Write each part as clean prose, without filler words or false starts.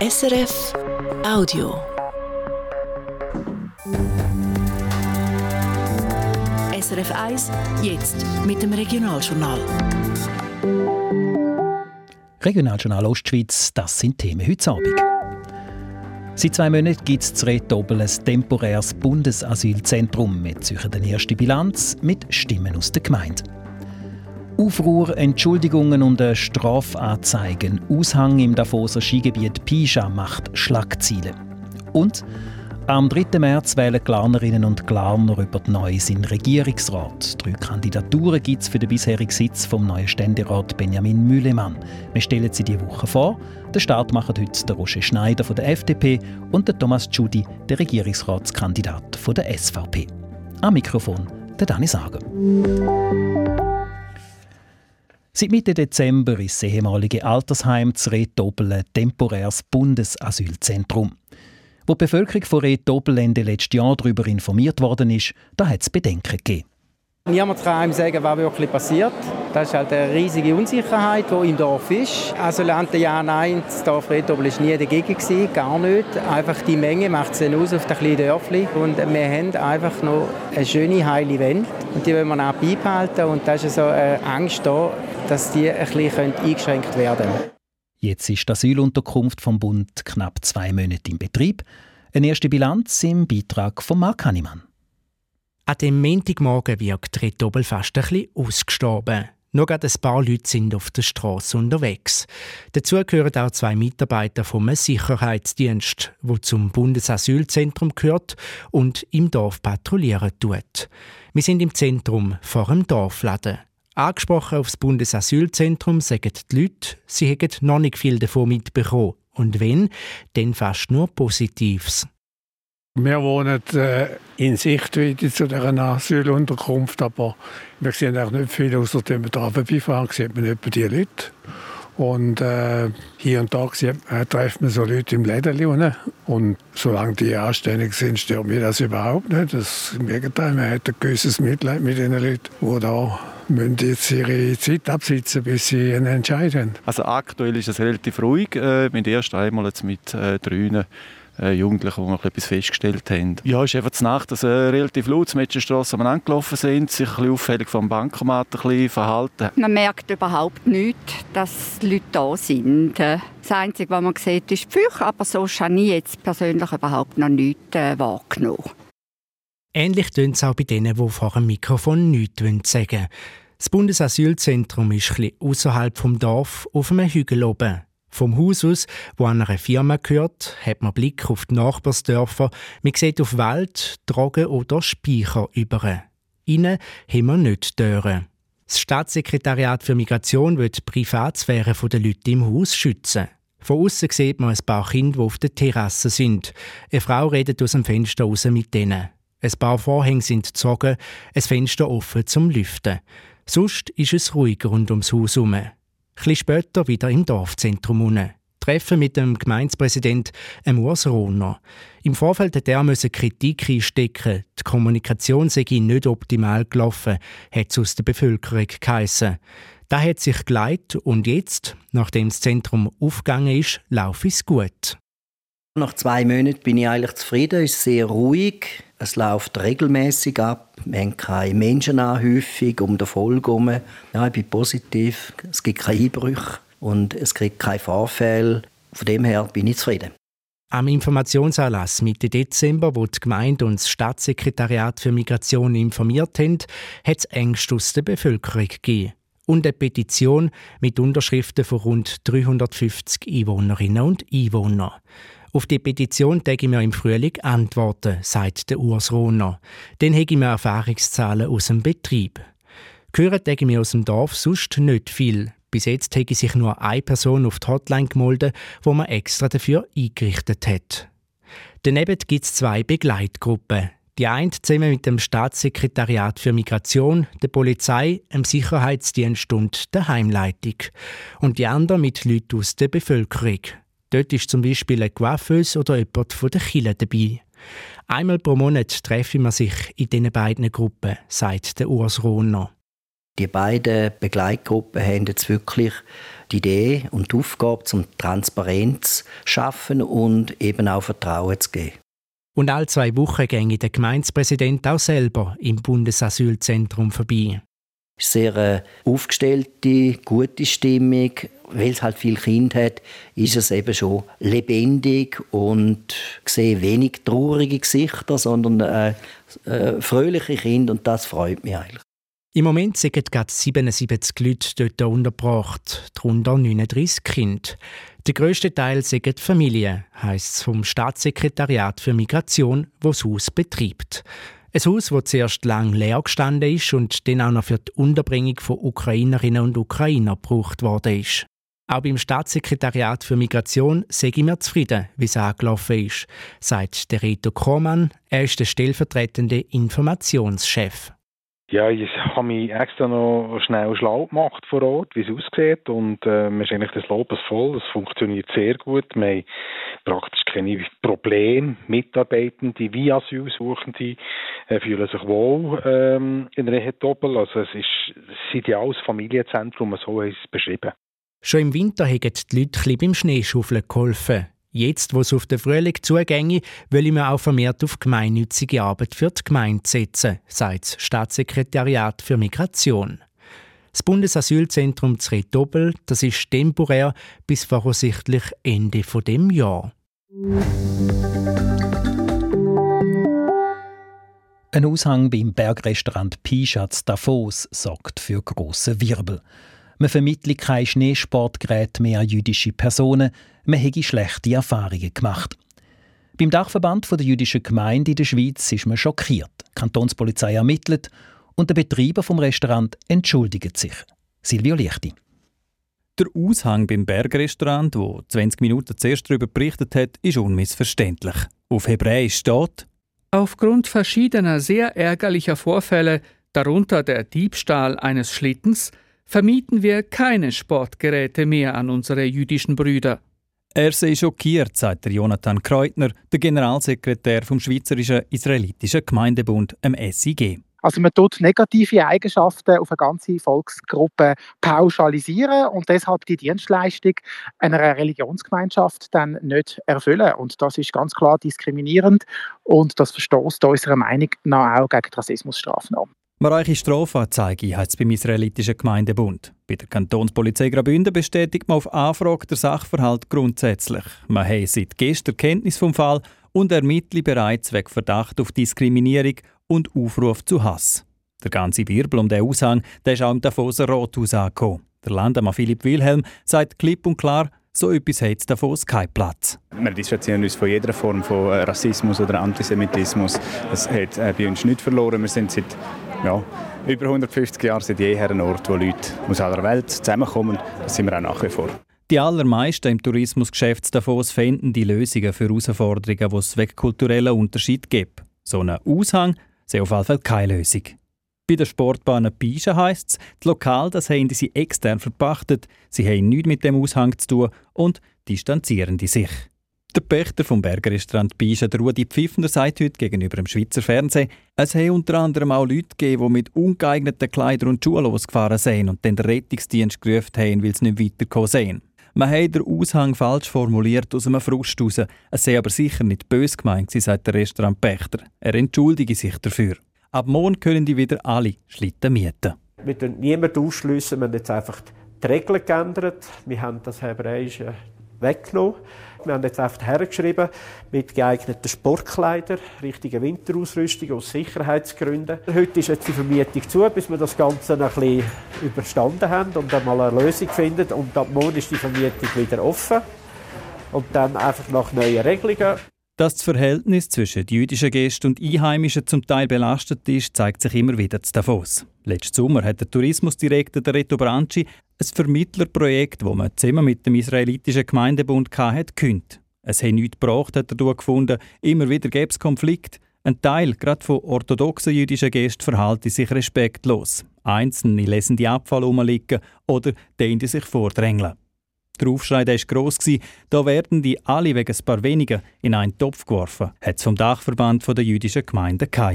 SRF Audio. SRF 1, jetzt mit dem Regionaljournal. Regionaljournal Ostschweiz, das sind Themen heute Abend. Seit 2 Monaten gibt es zu Rethobel ein temporäres Bundesasylzentrum. Wir ziehen eine erste Bilanz mit Stimmen aus der Gemeinde. Aufruhr, Entschuldigungen und Strafanzeigen. Aushang im Davoser Skigebiet Pischa macht Schlagzeilen. Und am 3. März wählen Glarnerinnen und Glarner über die Neues in den Regierungsrat. 3 Kandidaturen gibt es für den bisherigen Sitz vom neuen Ständerat Benjamin Mühlemann. Wir stellen sie diese Woche vor. Den Start machen heute der Roger Schneider von der FDP und der Thomas Tschudi, der Regierungsratskandidat von der SVP. Am Mikrofon der Dani Sager. Seit Mitte Dezember ist das ehemalige Altersheim zu Rethobel ein temporäres Bundesasylzentrum. Wo die Bevölkerung von Rethobel Ende letzten Jahr darüber informiert worden ist, da hat es Bedenken gegeben. Niemand kann einem sagen, was wirklich passiert. Das ist halt eine riesige Unsicherheit, die im Dorf ist. Asylanten ja, nein, das Dorf Rethobel war nie dagegen, gar nicht. Einfach die Menge macht es dann aus auf den kleinen Dörfli. Und wir haben einfach noch eine schöne, heile Welt. Und die wollen wir auch beibehalten. Und da ist so eine Angst da, dass die ein bisschen eingeschränkt werden können. Jetzt ist die Asylunterkunft vom Bund knapp 2 Monate in Betrieb. Eine erste Bilanz im Beitrag von Marc Hannemann. An dem Montagmorgen wirkt Rethobel fast ein bisschen ausgestorben. Nur gerade ein paar Leute sind auf der Straße unterwegs. Dazu gehören auch 2 Mitarbeiter vom Sicherheitsdienst, der zum Bundesasylzentrum gehört und im Dorf patrouillieren tut. Wir sind im Zentrum vor dem Dorfladen. Angesprochen auf das Bundesasylzentrum sagen die Leute, sie hätten noch nicht viel davon mitbekommen. Und wenn, dann fast nur Positives. Wir wohnen in Sichtweite zu dieser Asylunterkunft, aber wir sehen auch nicht viel, außer wenn wir da vorbeifahren, sieht man etwa die Leute. Und hier und da treffen wir so Leute im Läden. Und solange die anständig sind, stört mir das überhaupt nicht. Im Gegenteil, man hat ein gewisses Mitleid mit den Leuten, die da müssen jetzt ihre Zeit absitzen, bis sie einen Entscheid haben. Also aktuell ist es relativ ruhig. Wir haben erst einmal jetzt mit 3 Jugendlichen, die wir etwas festgestellt haben. Ja, es ist einfach die Nacht, dass relativ laut zur Metzgerstrasse angelaufen sind, sich ein bisschen auffällig vom Bankomat ein bisschen verhalten. Man merkt überhaupt nicht, dass die Leute da sind. Das Einzige, was man sieht, ist die Füche, aber sonst habe ich jetzt persönlich überhaupt noch nichts wahrgenommen. Ähnlich tönt es auch bei denen, die vor dem Mikrofon nichts sagen wollen. Das Bundesasylzentrum ist etwas außerhalb vom Dorf auf einem Hügel oben. Vom Haus aus, wo an einer Firma gehört, hat man Blick auf die Nachbarsdörfer. Man sieht auf Wald, Drogen oder Speicher über. Innen haben wir nicht Türen. Das Staatssekretariat für Migration will die Privatsphäre der Leute im Haus schützen. Von außen sieht man ein paar Kinder, die auf der Terrasse sind. Eine Frau redet aus dem Fenster raus mit denen. Ein paar Vorhänge sind gezogen, ein Fenster offen zum Lüften. Sonst ist es ruhig rund ums Haus herum. Etwas später wieder im Dorfzentrum unten. Treffen mit dem Gemeindepräsidenten Urs Rohner. Im Vorfeld musste er Kritik einstecken. Die Kommunikation sei nicht optimal gelaufen, hat es aus der Bevölkerung geheissen. Das hat sich geleitet und jetzt, nachdem das Zentrum aufgegangen ist, laufe es gut. Nach 2 Monaten bin ich eigentlich zufrieden. Es ist sehr ruhig. Es läuft regelmäßig ab. Wir haben keine Menschenanhäufung um den Folge herum. Ja, ich bin positiv. Es gibt keine Einbrüche und es gibt keine Vorfälle. Von dem her bin ich zufrieden. Am Informationsanlass Mitte Dezember, wo die Gemeinde und das Staatssekretariat für Migration informiert haben, hat es Ängste aus der Bevölkerung gegeben. Und eine Petition mit Unterschriften von rund 350 Einwohnerinnen und Einwohnern. Auf die Petition täge wir im Frühling antworten, sagt der Urs Rohner. Dann hätte wir Erfahrungszahlen aus dem Betrieb. Hören täge wir aus dem Dorf sonst nicht viel. Bis jetzt hätte sich nur eine Person auf die Hotline gemeldet, die man extra dafür eingerichtet hat. Daneben gibt es 2 Begleitgruppen. Die eine zusammen mit dem Staatssekretariat für Migration, der Polizei, dem Sicherheitsdienst und der Heimleitung. Und die andere mit Leuten aus der Bevölkerung. Dort ist zum Beispiel eine Coiffeuse oder jemand von der Kirche dabei. Einmal pro Monat treffen wir sich in diesen beiden Gruppen, sagt der Urs Rohner. Die beiden Begleitgruppen haben jetzt wirklich die Idee und die Aufgabe, zum Transparenz zu schaffen und eben auch Vertrauen zu geben. Und alle 2 Wochen ginge der Gemeindepräsident auch selber im Bundesasylzentrum vorbei. Sehr aufgestellte, gute Stimmung. Weil es halt viele Kinder hat, ist es eben schon lebendig und ich sehe wenig traurige Gesichter, sondern fröhliche Kinder und das freut mich eigentlich. Im Moment sind gerade 77 Leute dort untergebracht, darunter 39 Kinder. Der grösste Teil sind Familien, heisst es vom Staatssekretariat für Migration, das das Haus betreibt. Ein Haus, das zuerst lange leer gestanden ist und dann auch noch für die Unterbringung von Ukrainerinnen und Ukrainern gebraucht worden ist. Auch beim Staatssekretariat für Migration sei ich mir zufrieden, wie es angelaufen ist, sagt der Reto Kromann. Er ist der stellvertretende Informationschef. Ja, ich habe mich extra noch schnell schlau gemacht vor Ort, wie es aussieht. Und wir sind eigentlich des Lobes voll. Es funktioniert sehr gut. Wir haben praktisch keine Probleme. Mitarbeitende wie Asylsuchende fühlen sich wohl in Rehetoppel. Also es ist ein ideales Familienzentrum, so ist es beschrieben. Schon im Winter haben die Leute beim Schneeschaufeln geholfen. Jetzt, wo es auf den Frühling zugeht, will wir auch vermehrt auf gemeinnützige Arbeit für die Gemeinde setzen, sagt das Staatssekretariat für Migration. Das Bundesasylzentrum zu Rehetoppel, das ist temporär bis voraussichtlich Ende dieses Jahr. Ein Aushang beim Bergrestaurant Pischa in Davos sorgt für grossen Wirbel. Man vermittelt keine Schneesportgeräte mehr an jüdische Personen, man hätte schlechte Erfahrungen gemacht. Beim Dachverband der jüdischen Gemeinde in der Schweiz ist man schockiert. Die Kantonspolizei ermittelt und der Betreiber des Restaurants entschuldigt sich. Silvio Lichti. Der Aushang beim Bergrestaurant, wo 20 Minuten zuerst darüber berichtet hat, ist unmissverständlich. Auf Hebräisch steht: Aufgrund verschiedener sehr ärgerlicher Vorfälle, darunter der Diebstahl eines Schlittens, vermieten wir keine Sportgeräte mehr an unsere jüdischen Brüder. Er sei schockiert, sagt der Jonathan Kreutner, der Generalsekretär vom Schweizerischen Israelitischen Gemeindebund, SIG. Also man tut negative Eigenschaften auf eine ganze Volksgruppe pauschalisieren und deshalb die Dienstleistung einer Religionsgemeinschaft dann nicht erfüllen. Und das ist ganz klar diskriminierend und das verstößt unserer Meinung nach auch gegen die Rassismusstrafnorm. Mareiche Strafanzeige heisst es beim Israelitischen Gemeindebund. Bei der Kantonspolizei Graubünden bestätigt man auf Anfrage den Sachverhalt grundsätzlich. Man habe seit gestern Kenntnis vom Fall und ermittle bereits wegen Verdacht auf Diskriminierung und Aufruf zu Hass. Der ganze Wirbel um den Aushang der ist auch im Davoser Rathaus angekommen. Der Landesmann Philipp Wilhelm sagt klipp und klar, so etwas hat in Davos keinen Platz. Wir distanzieren uns von jeder Form von Rassismus oder Antisemitismus. Das hat bei uns nicht verloren. Wir sind seit über 150 Jahren seit jeher ein Ort, wo Leute aus aller Welt zusammenkommen. Das sind wir auch nach wie vor. Die allermeisten im Tourismusgeschäft Davos finden die Lösungen für Herausforderungen, die es wegen kultureller Unterschied gibt. So ein Aushang sei auf jeden Fall keine Lösung. Bei der Sportbahn Pischa heisst es, das Lokal das haben sie extern verpachtet, sie haben nichts mit dem Aushang zu tun und distanzieren die sich. Der Pächter vom Bergrestaurant Pischa, der Rudi Pfiffner, sagt heute gegenüber dem Schweizer Fernsehen, es habe unter anderem auch Leute gegeben, die mit ungeeigneten Kleidern und Schuhen losgefahren sind und den Rettungsdienst gerufen haben, weil sie nicht weitergekommen sind. Man hat den Aushang falsch formuliert aus einem Frust heraus. Es sei aber sicher nicht böse gemeint, sagt der Restaurantpächter. Er entschuldige sich dafür. Ab morgen können die wieder alle Schlitten mieten. Wir dürfen niemanden ausschliessen, wir haben jetzt einfach die Regeln geändert. Wir haben das Hebräische weggenommen. Wir haben jetzt einfach hergeschrieben, mit geeigneten Sportkleidern, richtigen Winterausrüstung aus Sicherheitsgründen. Heute ist jetzt die Vermietung zu, bis wir das Ganze noch ein bisschen überstanden haben und dann mal eine Lösung finden. Und ab morgen ist die Vermietung wieder offen. Und dann einfach nach neuen Regelungen. Dass das Verhältnis zwischen jüdischen Gästen und Einheimischen zum Teil belastet ist, zeigt sich immer wieder zu Davos. Letzten Sommer hat der Tourismusdirektor Reto Branchi ein Vermittlerprojekt, das man zusammen mit dem Israelitischen Gemeindebund hatte, gekündigt. Es hat nichts gebracht, hat er gefunden. Immer wieder gäbe es Konflikte. Ein Teil, gerade von orthodoxen jüdischen Gästen, verhalte sich respektlos. Einzelne lassen die Abfall rumliegen oder dehnen sich vordrängeln. Der Aufschrei war gross, da werden die alle wegen ein paar weniger in einen Topf geworfen, hat es vom Dachverband der jüdischen Gemeinden geheissen.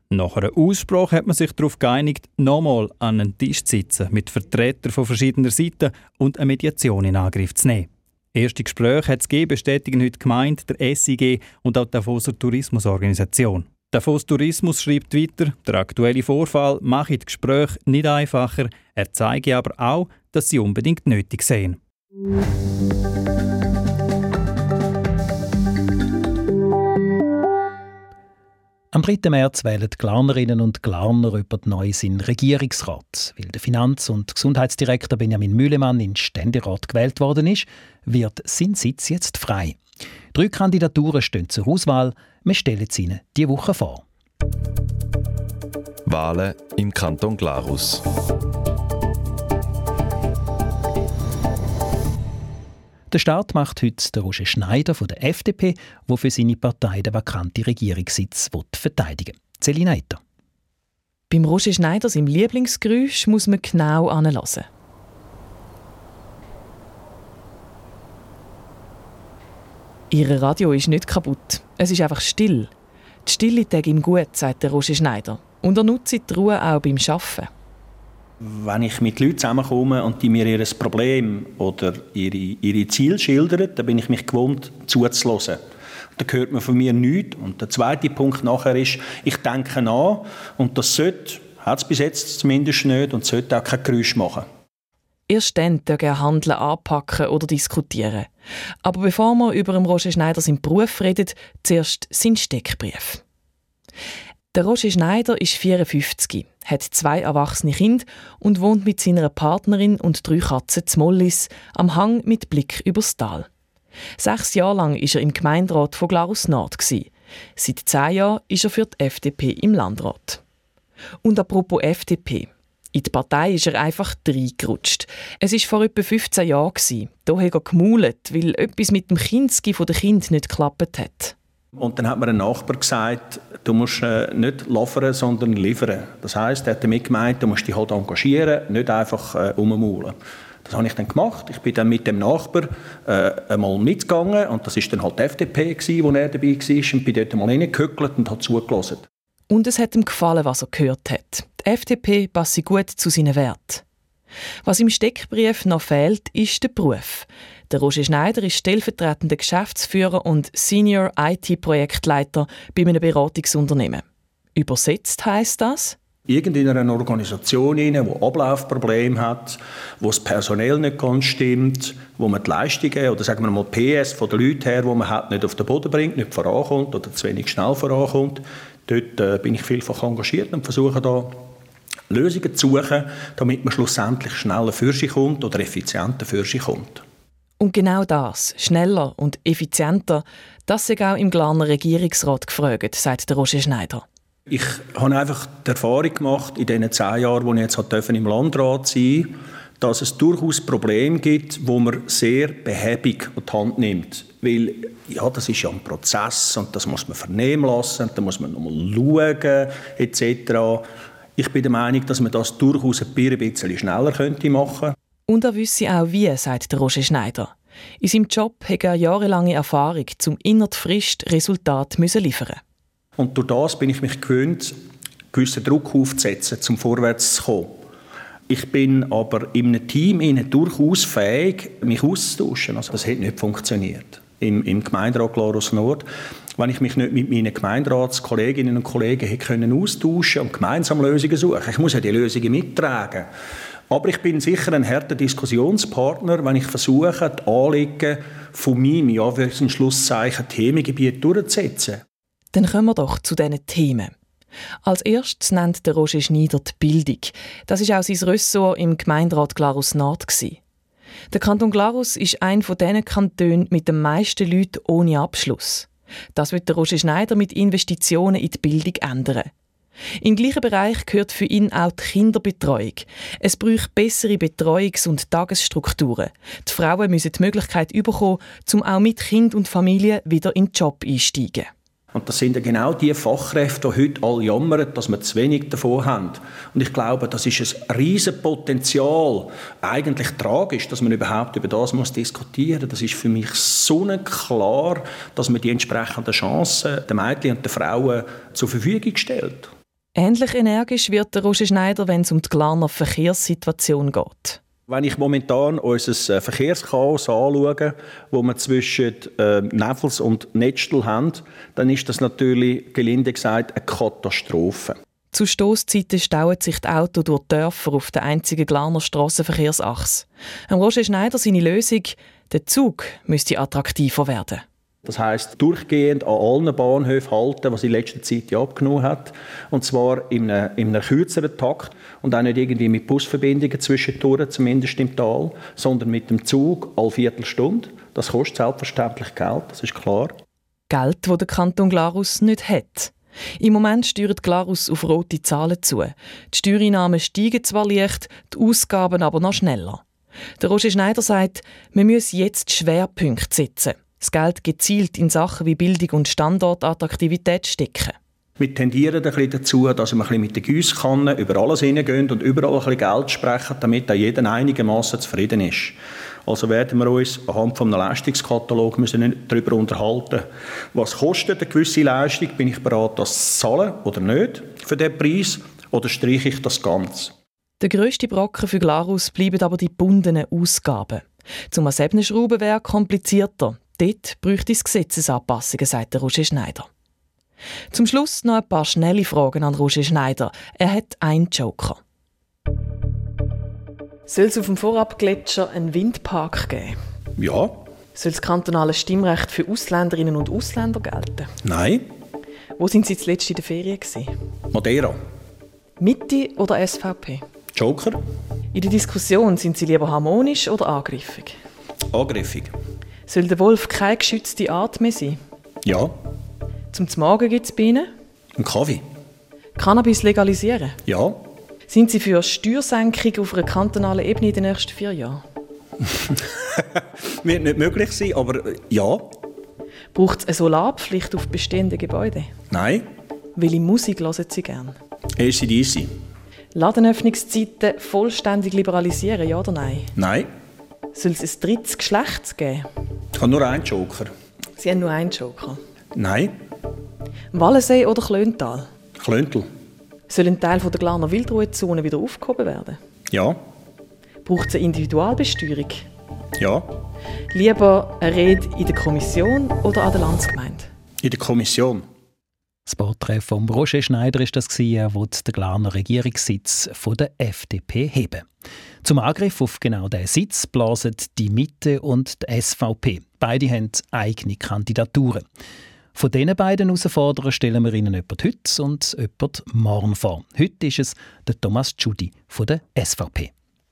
Nach einer Aussprache hat man sich darauf geeinigt, nochmal an einen Tisch zu sitzen mit Vertretern von verschiedener Seiten und eine Mediation in Angriff zu nehmen. Erste Gespräche hat es gegeben, bestätigen heute die Gemeinde, der SIG und auch die Davoser Tourismusorganisation. Davos Tourismus schreibt weiter, der aktuelle Vorfall mache die Gespräche nicht einfacher, er zeige aber auch, dass sie unbedingt nötig sehen. Am 3. März wählen die Glarnerinnen und Glarner über die Neues in den Regierungsrat. Weil der Finanz- und Gesundheitsdirektor Benjamin Mühlemann in den Ständerat gewählt worden ist, wird sein Sitz jetzt frei. 3 Kandidaturen stehen zur Auswahl. Wir stellen sie Ihnen diese Woche vor. Wahlen im Kanton Glarus. Den Start macht heute der Roger Schneider von der FDP, der für seine Partei den vakanten Regierungssitz verteidigen will. Selina Etter. Beim Roger Schneider, seinem Lieblingsgeräusch, muss man genau hinhören. Ihr Radio ist nicht kaputt. Es ist einfach still. Die Stille tut ihm gut, sagt der Roger Schneider. Und er nutzt die Ruhe auch beim Arbeiten. Wenn ich mit Leuten zusammenkomme und die mir ihr Problem oder ihre Ziele schildern, dann bin ich mich gewohnt, zuzuhören. Da hört man von mir nichts. Und der zweite Punkt nachher ist, ich denke nach und das hat es bis jetzt zumindest nicht und sollte auch kein Geräusch machen. Erst dann darf er Handeln anpacken oder diskutieren. Aber bevor wir über Roger Schneider seinen Beruf reden, zuerst sein Steckbrief. Der Roger Schneider ist 54, hat 2 erwachsene Kinder und wohnt mit seiner Partnerin und 3 Katzen zu Mollis am Hang mit Blick übers Tal. 6 Jahre lang war er im Gemeinderat von Glarus Nord. Seit 10 Jahren ist er für die FDP im Landrat. Und apropos FDP. In die Partei ist er einfach reingerutscht. Es war vor etwa 15 Jahren. Da hat er gemault, weil etwas mit dem Kinski der Kind nicht geklappt hat. Und dann hat mir ein Nachbar gesagt, du musst nicht liefern, sondern liefern. Das heisst, er hat damit gemeint, du musst dich halt engagieren, nicht einfach rummaulen. Das habe ich dann gemacht. Ich bin dann mit dem Nachbar einmal mitgegangen und das war dann halt die FDP, wo er dabei war, und bin dort einmal reingehückelt und habe zugelassen. Und es hat ihm gefallen, was er gehört hat. Die FDP passe gut zu seinen Werten. Was im Steckbrief noch fehlt, ist der Beruf. Der Roger Schneider ist stellvertretender Geschäftsführer und Senior IT-Projektleiter bei einem Beratungsunternehmen. Übersetzt heisst das? Irgendeiner Organisation, die Ablaufprobleme hat, wo das Personal nicht ganz stimmt, wo man die Leistungen oder sagen wir mal PS von den Leuten her, die man hat, nicht auf den Boden bringt, nicht vorankommt oder zu wenig schnell vorankommt. Dort bin ich vielfach engagiert und versuche da Lösungen zu suchen, damit man schlussendlich schneller für sich kommt oder effizienter für sich kommt. Und genau das, schneller und effizienter, das sei auch im Glarner Regierungsrat gefragt, sagt der Roger Schneider. Ich habe einfach die Erfahrung gemacht, in den 10 Jahren, wo ich jetzt im Landrat sein durfte, dass es durchaus Probleme gibt, wo man sehr behäbig an die Hand nimmt. Weil, ja, das ist ja ein Prozess und das muss man vernehmen lassen, da muss man nochmal schauen, etc. Ich bin der Meinung, dass man das durchaus ein bisschen schneller machen könnte. Und er wisse auch wie, sagt der Roger Schneider. In seinem Job hat er jahrelange Erfahrung, um innerhalb der Frist Resultate liefern. Und durch das bin ich mich gewöhnt, gewissen Druck aufzusetzen, um vorwärts zu kommen. Ich bin aber in einem Team durchaus fähig, mich auszutauschen. Also das hat nicht funktioniert im Gemeinderat Glarus Nord. Wenn ich mich nicht mit meinen Gemeinderatskolleginnen und Kollegen hätte austauschen und gemeinsam Lösungen suchen. Ich muss ja die Lösungen mittragen. Aber ich bin sicher ein harter Diskussionspartner, wenn ich versuche, die Anliegen von meinem, ja, für ein Schlusszeichen, Themengebiet durchzusetzen. Dann kommen wir doch zu diesen Themen. Als erstes nennt der Roger Schneider die Bildung. Das ist auch sein Ressort im Gemeinderat Glarus Nord. Der Kanton Glarus ist einer von diesen Kantonen mit den meisten Leuten ohne Abschluss. Das wird der Roger Schneider mit Investitionen in die Bildung ändern. Im gleichen Bereich gehört für ihn auch die Kinderbetreuung. Es braucht bessere Betreuungs- und Tagesstrukturen. Die Frauen müssen die Möglichkeit bekommen, um auch mit Kind und Familie wieder in den Job einzusteigen. Und das sind ja genau die Fachkräfte, die heute alle jammern, dass wir zu wenig davon haben. Und ich glaube, das ist ein riesiges Potenzial. Eigentlich tragisch, dass man überhaupt über das diskutieren muss. Das ist für mich so klar, dass man die entsprechenden Chancen den Mädchen und den Frauen zur Verfügung stellt. Ähnlich energisch wird der Roger Schneider, wenn es um die Glarner Verkehrssituation geht. Wenn ich momentan unser Verkehrschaos anschaue, wo wir zwischen Nevels und Netschel haben, dann ist das natürlich, gelinde gesagt, eine Katastrophe. Zu Stosszeiten stauen sich die Autos durch die Dörfer auf der einzigen Glarner Strassenverkehrsachse. Roger Schneider seine Lösung: der Zug müsste attraktiver werden. Das heisst, durchgehend an allen Bahnhöfen halten, was in letzter Zeit ja abgenommen hat. Und zwar in einem kürzeren Takt und auch nicht irgendwie mit Busverbindungen zwischendurch, zumindest im Tal, sondern mit dem Zug alle Viertelstunde. Das kostet selbstverständlich Geld, das ist klar. Geld, das der Kanton Glarus nicht hat. Im Moment steuert Glarus auf rote Zahlen zu. Die Steuereinnahmen steigen zwar leicht, die Ausgaben aber noch schneller. Der Roger Schneider sagt, man müsse jetzt Schwerpunkte setzen. Das Geld gezielt in Sachen wie Bildung und Standortattraktivität stecken. Wir tendieren ein bisschen dazu, dass wir ein bisschen mit den Giesskanne über alles hineingehen und überall ein bisschen Geld sprechen, damit auch jeder einigermaßen zufrieden ist. Also werden wir uns anhand eines Leistungskatalogs nicht darüber unterhalten, was kostet eine gewisse Leistung, bin ich bereit, das zu zahlen oder nicht für diesen Preis, oder streiche ich das Ganze. Der grösste Brocken für Glarus bleiben aber die gebundenen Ausgaben. Zum Schrauben wäre komplizierter. Dort bräuchte es Gesetzesanpassungen, sagt der Roger Schneider. Zum Schluss noch ein paar schnelle Fragen an Roger Schneider. Er hat einen Joker. Soll es auf dem Vorabgletscher einen Windpark geben? Ja. Soll das kantonale Stimmrecht für Ausländerinnen und Ausländer gelten? Nein. Wo sind Sie zuletzt in der Ferien gewesen? Madeira. Mitte oder SVP? Joker. In der Diskussion sind Sie lieber harmonisch oder angriffig? Angriffig. Soll der Wolf keine geschützte Art mehr sein? Ja. Zum Morgen gibt es Bienen? Ein Kaffee. Cannabis legalisieren? Ja. Sind Sie für Steuersenkung auf einer kantonalen Ebene in den nächsten 4 Jahren? Wird nicht möglich sein, aber ja. Braucht es eine Solarpflicht auf bestehende Gebäude? Nein. Welche Musik hören Sie gerne? AC/DC. Ladenöffnungszeiten vollständig liberalisieren, ja oder nein? Nein. Soll es ein drittes Geschlecht geben? Ich habe nur einen Joker. Sie haben nur einen Joker? Nein. Wallensee oder Klöntal? Klöntal. Soll ein Teil der Glarner Wildruhezone wieder aufgehoben werden? Ja. Braucht es eine Individualbesteuerung? Ja. Lieber eine Rede in der Kommission oder an der Landsgemeinde? In der Kommission. Das Porträt von Roger Schneider war das, er will den Glarner Regierungssitz von der FDP heben. Zum Angriff auf genau diesen Sitz blasen die Mitte und die SVP. Beide haben eigene Kandidaturen. Von diesen beiden Herausforderern stellen wir Ihnen jemand heute und jemand morgen vor. Heute ist es der Thomas Tschudi von der SVP.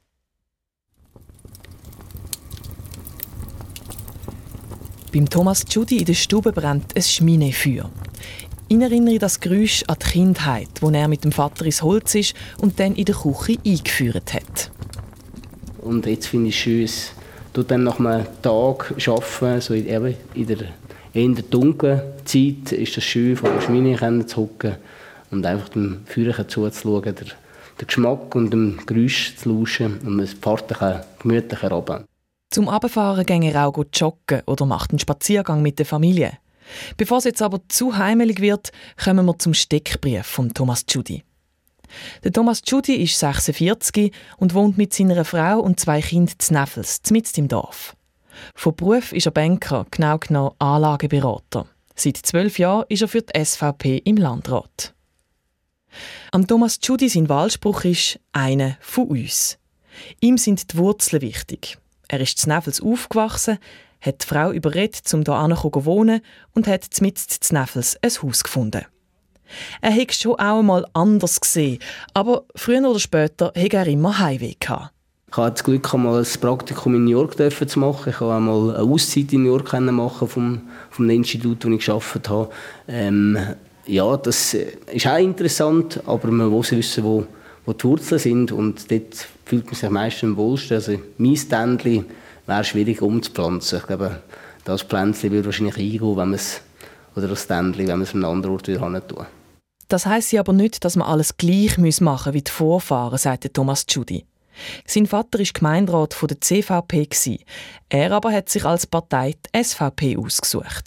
Beim Thomas Tschudi in der Stube brennt ein Schminefeuer. Ich erinnere das Geräusch an die Kindheit, wo er mit dem Vater ins Holz ist und dann in der Küche eingeführt hat. Und jetzt finde ich es schön, es tut dann nach einem Tag arbeiten, so in der eher dunklen Zeit, ist es schön, vor der Schmine zu hocken und einfach dem Feuer zuzuschauen, den Geschmack und dem Geräusch zu lauschen und es fährt gemütlich herab. Zum Abfahren gehen er auch joggen oder macht einen Spaziergang mit der Familie. Bevor es jetzt aber zu heimelig wird, kommen wir zum Steckbrief von Thomas Tschudi. Der Thomas Tschudi ist 46 und wohnt mit seiner Frau und 2 Kindern in Neffels, mitten im Dorf. Von Beruf ist er Banker, genau genommen Anlageberater. Seit 12 Jahren ist er für die SVP im Landrat. Am Thomas Tschudi sein Wahlspruch ist «Einer von uns». Ihm sind die Wurzeln wichtig. Er ist in Neffels aufgewachsen, hat die Frau überredet, um hier zu wohnen und hat mitten in Neffels ein Haus gefunden. Er hat schon auch einmal anders gesehen, aber früher oder später hat er immer Heimweh gehabt. Ich hatte das Glück, einmal ein Praktikum in New York zu machen. Ich konnte einmal eine Auszeit in New York machen vom Institut, wo ich gearbeitet habe. Ja, das ist auch interessant, aber man muss wissen, wo die Wurzeln sind. Und dort fühlt man sich meistens am wohlsten. Also mein Ständchen wäre schwierig umzupflanzen. Ich glaube, das Pflänzchen würde wahrscheinlich eingehen, oder das Ständchen, wenn man es an einem anderen Ort wieder hin tun. Das heisst aber nicht, dass man alles gleich machen muss wie die Vorfahren, sagt Thomas Tschudi. Sein Vater war Gemeinderat der CVP. Er aber hat sich als Partei die SVP ausgesucht.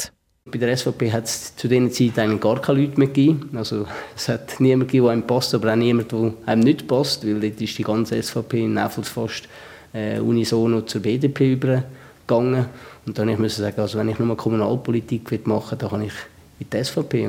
Bei der SVP hat es zu dieser Zeit eigentlich gar keine Leute mehr gegeben. Also, es hat niemanden gegeben, der einem passt, aber auch niemanden, der einem nicht passt, weil dort ist die ganze SVP in Näfels fast unisono zur BDP übergegangen. Und dann musste ich sagen, also wenn ich nur Kommunalpolitik machen will, dann kann ich in die SVP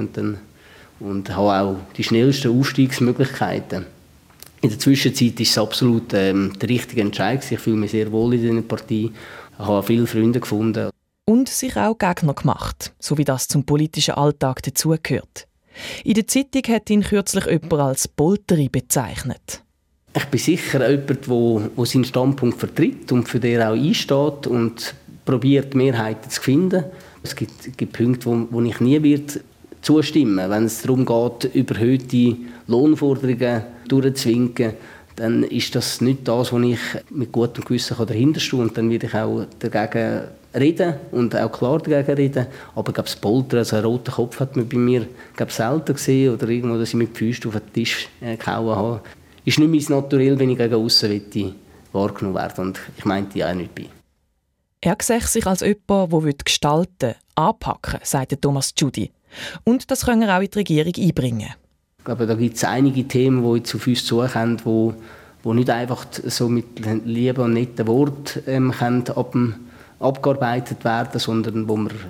und habe auch die schnellsten Aufstiegsmöglichkeiten. In der Zwischenzeit ist es absolut der richtige Entscheid. Ich fühle mich sehr wohl in dieser Partei. Ich habe viele Freunde gefunden. Und sich auch Gegner gemacht, so wie das zum politischen Alltag dazugehört. In der Zeitung hat ihn kürzlich jemand als Polteri bezeichnet. Ich bin sicher jemand, der seinen Standpunkt vertritt und für den auch einsteht und probiert, Mehrheiten zu finden. Es gibt Punkte, wo ich nie zustimmen werde. Wenn es darum geht, überhöhte Lohnforderungen durchzuwinken, dann ist das nicht das, wo ich mit gutem Gewissen dahinter stehe. Und dann werde ich auch dagegen reden und auch klar dagegen reden. Aber das Poltern, also einen roten Kopf hat man bei mir selten gesehen oder irgendwo, dass ich mit Füßen auf den Tisch gehauen habe. Ist nicht mein Naturell, wenn ich gegen aussen wahrgenommen werde. Und ich meinte ja auch nicht bei. Er sieht sich als jemand, der gestalten, anpacken, sagt Thomas Tschudi. Und das kann er auch in die Regierung einbringen. Ich glaube, da gibt es einige Themen, die jetzt auf uns zukommen, die nicht einfach so mit lieben und netten Worten abgearbeitet werden, sondern wo wir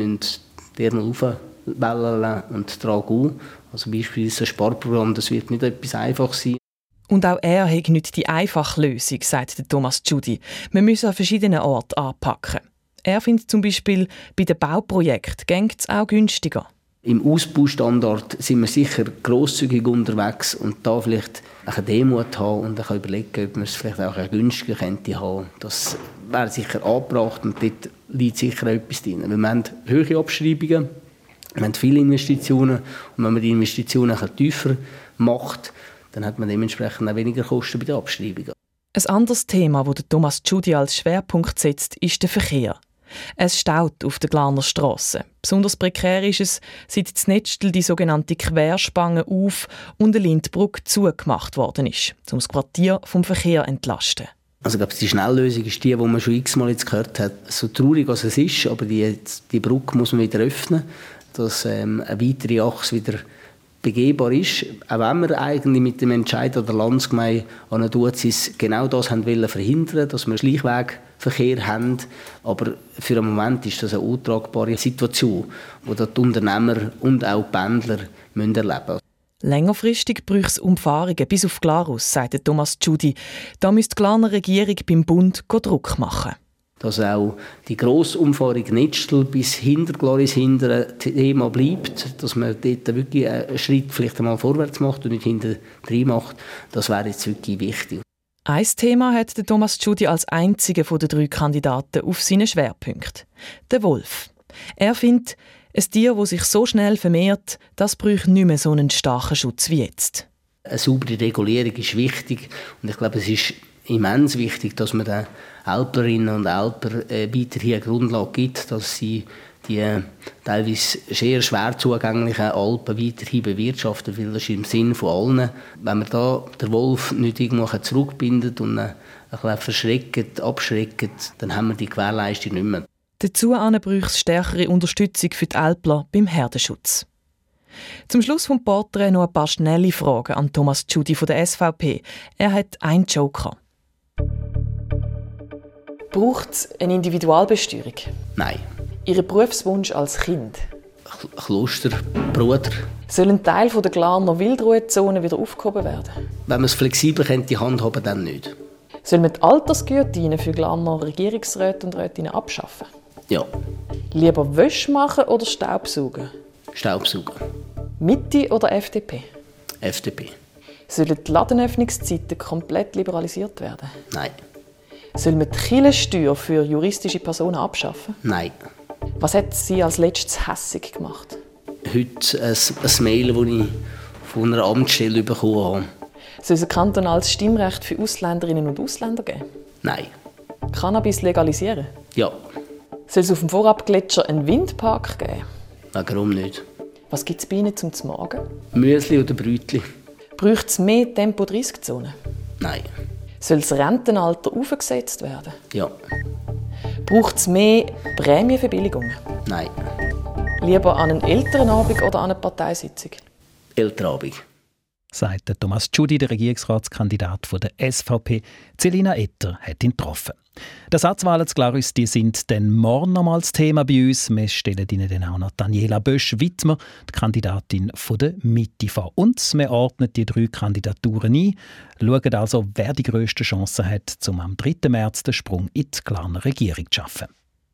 der mal aufwählen und tragen gehen. Also beispielsweise ein Sparprogramm, das wird nicht etwas einfach sein. Und auch er hat nicht die einfache Lösung, sagt Thomas Tschudi. Wir müssen an verschiedenen Orten anpacken. Er findet zum Beispiel, bei den Bauprojekten geht es auch günstiger. Im Ausbaustandard sind wir sicher grosszügig unterwegs und da vielleicht eine Demut haben und dann überlegen, ob man es vielleicht auch günstiger könnte haben. Das wäre sicher angebracht und dort liegt sicher etwas drin. Wir haben hohe Abschreibungen, wir haben viele Investitionen und wenn man die Investitionen tiefer macht, dann hat man dementsprechend auch weniger Kosten bei den Abschreibungen. Ein anderes Thema, das Thomas Tschudi als Schwerpunkt setzt, ist der Verkehr. Es staut auf der Glarner Strasse. Besonders prekär ist es, seit das Netztel die sogenannte Querspange auf und eine Lindbrücke zugemacht worden ist, um das Quartier vom Verkehr zu entlasten. Also, ich glaube, die Schnelllösung ist die man schon x-mal jetzt gehört hat. So traurig als es ist, aber die Brücke muss man wieder öffnen, dass eine weitere Achse wieder begehbar ist. Auch wenn wir eigentlich mit dem Entscheid der Landsgemeinde an der Duzis genau das verhindern wollten, dass wir Schleichwegverkehr haben. Aber für einen Moment ist das eine untragbare Situation, die die Unternehmer und auch die Pendler erleben müssen. Längerfristig bräuchte es Umfahrungen bis auf Glarus, sagt Thomas Tschudi. Da müsste die Glarner Regierung beim Bund Druck machen. Dass auch die Grossumfahrung Netztel bis hinter Glaris hinter Thema bleibt, dass man dort wirklich einen Schritt vielleicht einmal vorwärts macht und nicht hinter drin macht, das wäre jetzt wirklich wichtig. Ein Thema hat Thomas Tschudi als einziger der 3 Kandidaten auf seinen Schwerpunkt: der Wolf. Er findet, ein Tier, das sich so schnell vermehrt, das bräuchte nicht mehr so einen starken Schutz wie jetzt. Eine saubere Regulierung ist wichtig und ich glaube, es ist immens wichtig, dass man den Älplerinnen und Älplern weiterhin eine Grundlage gibt, dass sie die teilweise sehr schwer zugänglichen Alpen weiterhin bewirtschaften, weil das ist im Sinn von allen. Wenn man da den Wolf nicht irgendwo zurückbindet und ein bisschen verschreckt, abschreckt, dann haben wir die Gewährleistung nicht mehr. Dazu bräuchte es stärkere Unterstützung für die Älpler beim Herdenschutz. Zum Schluss des Porträts noch ein paar schnelle Fragen an Thomas Tschudi von der SVP. Er hat einen Joker. Braucht es eine Individualbesteuerung? Nein. Ihren Berufswunsch als Kind? Klosterbruder. Soll ein Teil der Glarner Wildruhezone wieder aufgehoben werden? Wenn man es flexibel könnte handhaben, dann nicht. Soll man die Altersgürtine für Glarner Regierungsräte und Rätinnen abschaffen? Ja. Lieber Wäsche machen oder Staubsaugen? Staubsaugen. Mitte oder FDP? FDP. Sollen die Ladenöffnungszeiten komplett liberalisiert werden? Nein. Soll man die Kirchensteuer für juristische Personen abschaffen? Nein. Was hat Sie als letztes hässig gemacht? Heute ein Mail, das ich von einer Amtsstelle bekommen habe. Soll es ein kantonales Stimmrecht für Ausländerinnen und Ausländer geben? Nein. Cannabis legalisieren? Ja. Soll es auf dem Vorabgletscher einen Windpark geben? Warum nicht? Was gibt es bei Ihnen zum Morgen? Müsli oder Brötchen. Braucht es mehr Tempo-30-Zonen? Nein. Soll das Rentenalter aufgesetzt werden? Ja. Braucht es mehr Prämienverbilligung? Nein. Lieber an einen Elternabend oder an eine Parteisitzung? Elternabend. Sagt Thomas Tschudi, der Regierungsratskandidat der SVP. Celina Etter hat ihn getroffen. Die Ersatzwahlen zu Glarus, die sind dann morgen nochmal das Thema bei uns. Wir stellen Ihnen dann auch noch Daniela Bösch-Wittmer, die Kandidatin von der Mitte, vor. Und wir ordnen die 3 Kandidaturen ein, schauen also, wer die grössten Chancen hat, um am 3. März den Sprung in die Glarner Regierung zu schaffen.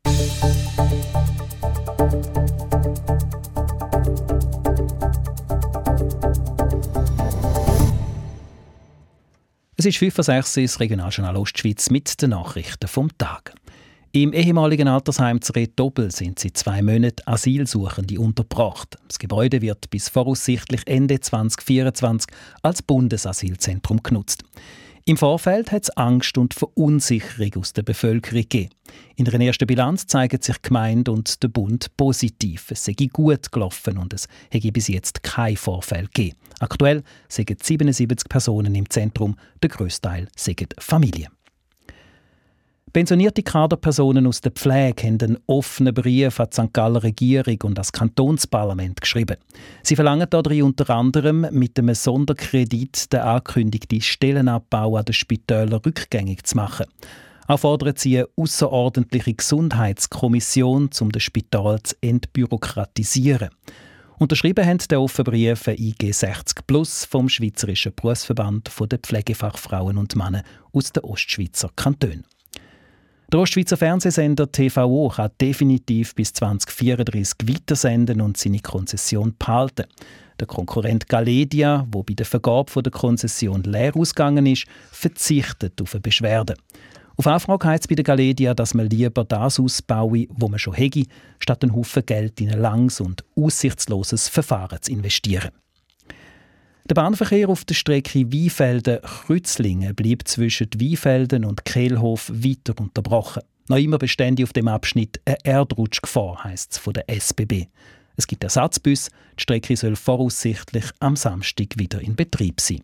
Es ist 5:06 Uhr, das Regionaljournal Ostschweiz mit den Nachrichten vom Tag. Im ehemaligen Altersheim zu Redobel sind seit 2 Monaten Asylsuchende untergebracht. Das Gebäude wird bis voraussichtlich Ende 2024 als Bundesasylzentrum genutzt. Im Vorfeld hat es Angst und Verunsicherung aus der Bevölkerung gegeben. In der ersten Bilanz zeigen sich die Gemeinde und der Bund positiv. Es sei gut gelaufen und es hätte bis jetzt kein Vorfall gegeben. Aktuell sind 77 Personen im Zentrum, der grösste Teil sind Familien. Pensionierte Kaderpersonen aus der Pflege haben einen offenen Brief an die St. Galler Regierung und das Kantonsparlament geschrieben. Sie verlangen darin unter anderem mit einem Sonderkredit den angekündigten Stellenabbau an den Spitälern rückgängig zu machen. Auch fordern sie eine ausserordentliche Gesundheitskommission, um das Spital zu entbürokratisieren. Unterschrieben haben den offenen Brief IG 60+ vom Schweizerischen Berufsverband der Pflegefachfrauen und Männer aus den Ostschweizer Kantonen. Der Ostschweizer Fernsehsender TVO kann definitiv bis 2034 weitersenden und seine Konzession behalten. Der Konkurrent Galedia, der bei der Vergabe der Konzession leer ausgegangen ist, verzichtet auf eine Beschwerde. Auf Anfrage heisst es bei der Galedia, dass man lieber das ausbaue, was man schon hätte, statt einen Haufen Geld in ein langes und aussichtsloses Verfahren zu investieren. Der Bahnverkehr auf der Strecke Weinfelden-Kreuzlingen bleibt zwischen Weinfelden und Kehlhof weiter unterbrochen. Noch immer bestände auf dem Abschnitt eine Erdrutschgefahr, heisst es von der SBB. Es gibt Ersatzbus, die Strecke soll voraussichtlich am Samstag wieder in Betrieb sein.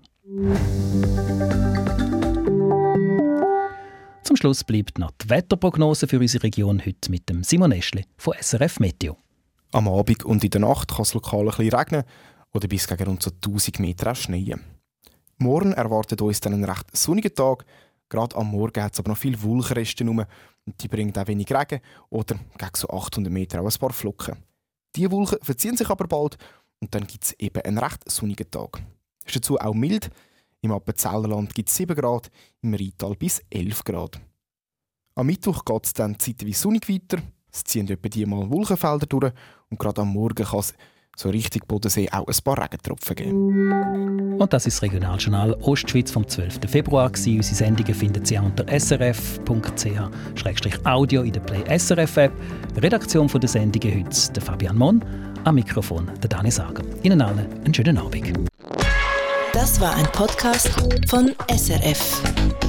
Zum Schluss bleibt noch die Wetterprognose für unsere Region heute mit dem Simon Eschle von SRF Meteo. Am Abend und in der Nacht kann es lokal ein bisschen regnen oder bis gegen rund so 1000 Meter auch schneien. Morgen erwartet uns dann einen recht sonnigen Tag. Gerade am Morgen hat es aber noch viele Wolkenreste rum und die bringen auch wenig Regen oder gegen so 800 Meter auch ein paar Flocken. Diese Wolken verziehen sich aber bald und dann gibt es eben einen recht sonnigen Tag. Es ist dazu auch mild. Im Appenzellerland gibt es 7 Grad, im Rheintal bis 11 Grad. Am Mittwoch geht es dann zeitweise sonnig weiter. Es ziehen etwa die mal Wolkenfelder durch und gerade am Morgen kann es so richtig Bodensee auch ein paar Regentropfen geben. Und das ist das Regionaljournal Ostschweiz vom 12. Februar. Unsere Sendungen finden Sie auch unter srf.ch/audio in der Play SRF App. Redaktion der Sendungen heute der Fabian Mon, am Mikrofon der Dani Sager. Ihnen allen einen schönen Abend. Das war ein Podcast von SRF.